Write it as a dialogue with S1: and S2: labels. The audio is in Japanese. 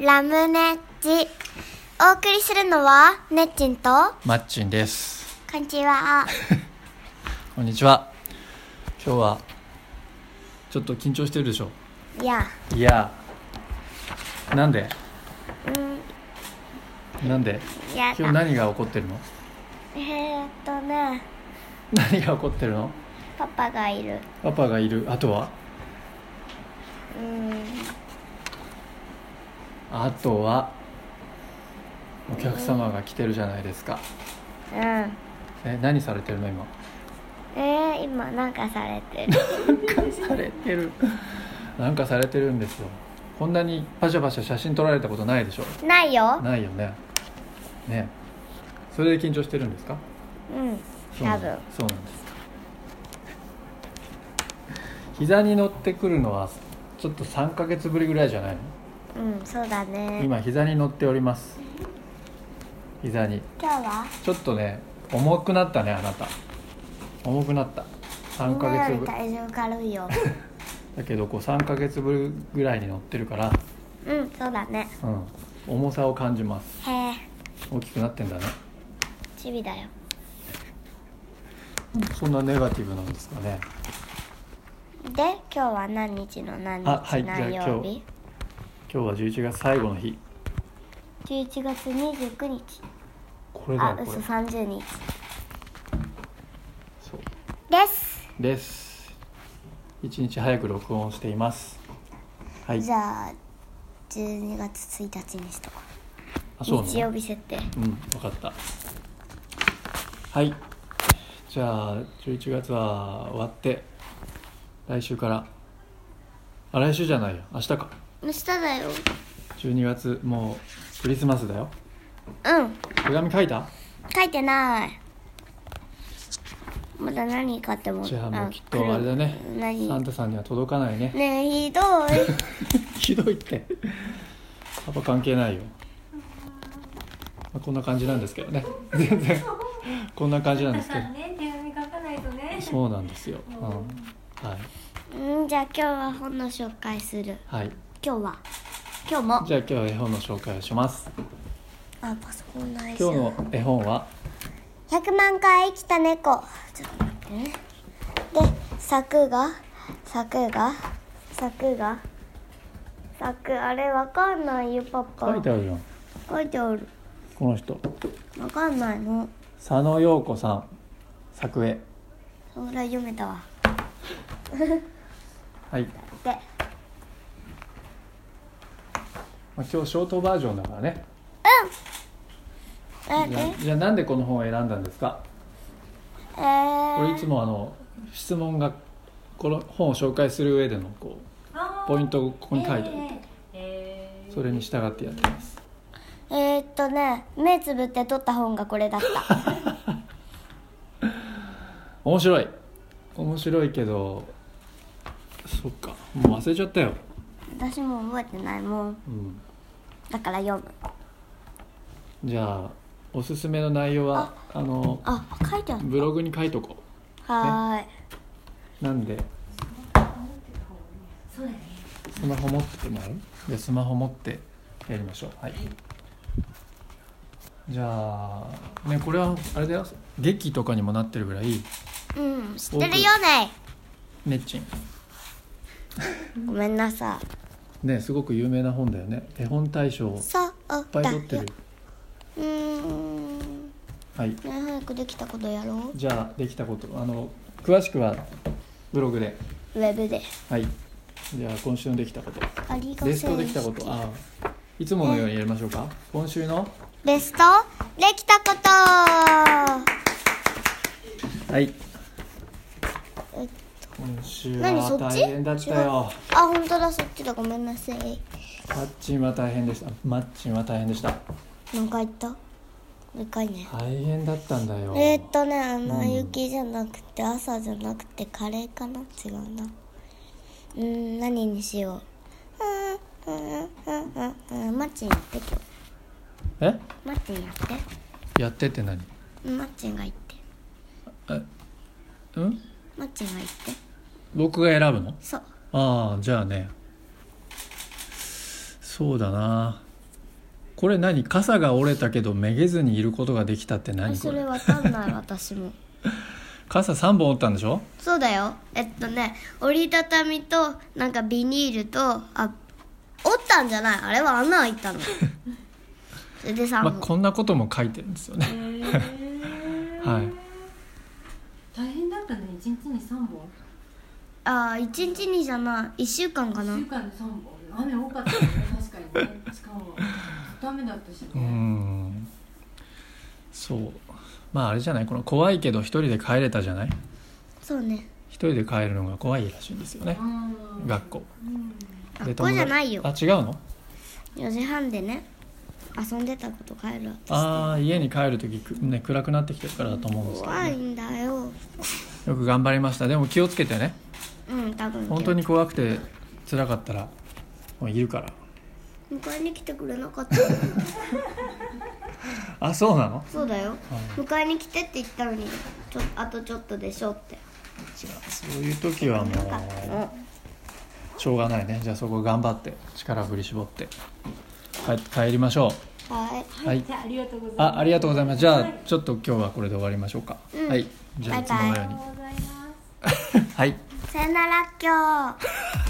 S1: ラムネッチ。お送りするのはネッチンと
S2: マッチンです。
S1: こんにちは。
S2: こんにちは。今日はちょっと緊張してるでしょ。
S1: いや、
S2: なんでなんで
S1: やだ。
S2: 今日何が起こってるの？何が起こってるの？
S1: パパがいる。
S2: パパがいる。あとはお客様が来てるじゃないですか。何されてるの今？
S1: 今なんかされてる。
S2: なんかされてるんですよ。こんなにパシャパシャ写真撮られたことないでしょ？
S1: ないよ。
S2: ないよね。ね。それで緊張してるんですか？
S1: 多分。
S2: そうなんです。膝に乗ってくるのはちょっと3ヶ月ぶりぐらいじゃないの？
S1: そうだね。
S2: 今膝に乗っております。膝に。
S1: 今日は
S2: ちょっとね、重くなったね、あなた。重くなった。3ヶ月ぶり。
S1: みんなより体重軽いよ。
S2: だけどこう3ヶ月ぶりぐらいに乗ってるから、
S1: そうだね。
S2: 重さを感じます。
S1: へえ、
S2: 大きくなってんだね。
S1: チビだよ。
S2: そんなネガティブなんですかね。
S1: で、今日は何日の何日、
S2: はい、
S1: 何曜日？
S2: 今日は11月最後の日。
S1: 11月29日。
S2: これだよ、これ。
S1: 嘘、30日。
S2: そう
S1: です。
S2: 1日早く録音しています。はい。
S1: じゃあ12月1日にしとこう。
S2: そうなの？
S1: 日曜日設定。
S2: 分かった。はい。じゃあ11月は終わって来週から来週じゃないよ、明日か。
S1: 明日だよ。
S2: 12月もうクリスマスだよ。手紙書いた？
S1: 書いてない。まだ何かっても。
S2: じゃあもうきっとあれだね。
S1: 何？
S2: サンタさんには届かないね。
S1: ねえ、ひどい。
S2: ひどいって。パパ関係ないよ。こんな感じなんですけどね。全然こんな感じなんですけど。
S3: 手紙書かないとね。
S2: そうなんですよ。はい。
S1: じゃあ今日は本の紹介する。
S2: はい。
S1: 今日も。
S2: じゃあ今日は絵本の紹介をします。
S1: パソコンないし。
S2: 今日の絵本は
S1: 100万回生きた猫。ちょっと待ってね。で、柵あれわかんないよ、パパ。
S2: 書いてあるじゃん。
S1: 書いてある。
S2: この人
S1: わかんないの。
S2: 佐野陽子さん作絵。
S1: それは読めたわ。
S2: はい。
S1: で、
S2: 今日ショートバージョンだからね。じゃあなんでこの本を選んだんですか？これいつも質問がこの本を紹介する上でのこうポイントをここに書いてある、それに従ってやってます。
S1: 目つぶって撮った本がこれだった。
S2: 面白いけど、そっか、もう忘れちゃったよ。
S1: 私も覚えてないもん。だから読む。
S2: じゃあおすすめの内容は
S1: 書いてある。
S2: ブログに書いとこう。
S1: はーい。
S2: なんで
S3: そうだね。
S2: スマホ持ってもらう？でスマホ持ってやりましょう。はい。じゃあね、これはあれだよ、劇とかにもなってるぐらい。
S1: 知ってるよね。
S2: ネッチン
S1: ごめんなさい。
S2: ね、すごく有名な本だよね。絵本大賞いっ
S1: そう
S2: ぱい取ってる。はい。
S1: ね、早くできたことやろう。
S2: じゃあできたこと詳しくはブログで。
S1: ウェブで。
S2: はい。じゃあ今週のできたこと、
S1: ありが
S2: ベストできたこと、いつものようにやりましょうか。今週の
S1: ベストできたこと。
S2: はい。今週は大変だったよ。
S1: 本当だ、そっちだ。ごめんなさい。
S2: マッチンは大変でした。
S1: 何回言った？もう一回ね。
S2: 大変だったんだよ。
S1: 雪じゃなくて朝じゃなくてカレーかな。違うな。何にしよう。マッチンやって今日。マッチンやって。
S2: やってって何？
S1: マッチンが言って。マッチンが言って。
S2: 僕が選ぶの？
S1: そう。
S2: じゃあね、そうだな、 これ何、傘が折れたけどめげずにいることができたって何これ。
S1: それわかんない私も。
S2: 傘3本折ったんでしょ。
S1: そうだよ。折りたたみとなんかビニールと折ったんじゃない、あれは穴開いたの。それで3本、
S2: こんなことも書いてるんですよね。はい。
S3: 大変だったね、1日に3本。
S1: 1日にじゃない、1週間かな。
S3: 1週間で3本。雨多かったね、確かにね。しかもずっと雨だったしね。
S2: そう、あれじゃない、この怖いけど一人で帰れたじゃない。
S1: そうね。
S2: 一人で帰るのが怖いらしいんですよね、学校。
S1: 学校じゃないよ。
S2: 違うの。
S1: 4時半でね遊んでたこと帰る。
S2: 家に帰るときね、暗くなってきてるからだと思うんですけど、ね、
S1: 怖いんだよ。
S2: よく頑張りました。でも気をつけてね。
S1: 多分
S2: 本当に怖くて辛かったらもういるから。
S1: 迎えに来てくれなかった
S2: あ、そうなの。
S1: そうだよ、迎えに来てって言ったのにあとちょっとでしょって。
S2: 違う、そういう時はもうしょうがないね。じゃあそこ頑張って力振り絞って帰りましょう。
S1: はい、
S3: じゃあありがとうございます。
S2: ありがとうございます。じゃあちょっと今日はこれで終わりましょうか。はい、じゃあいつものように
S3: ありがとうございます。
S2: はい、
S1: さよなら今日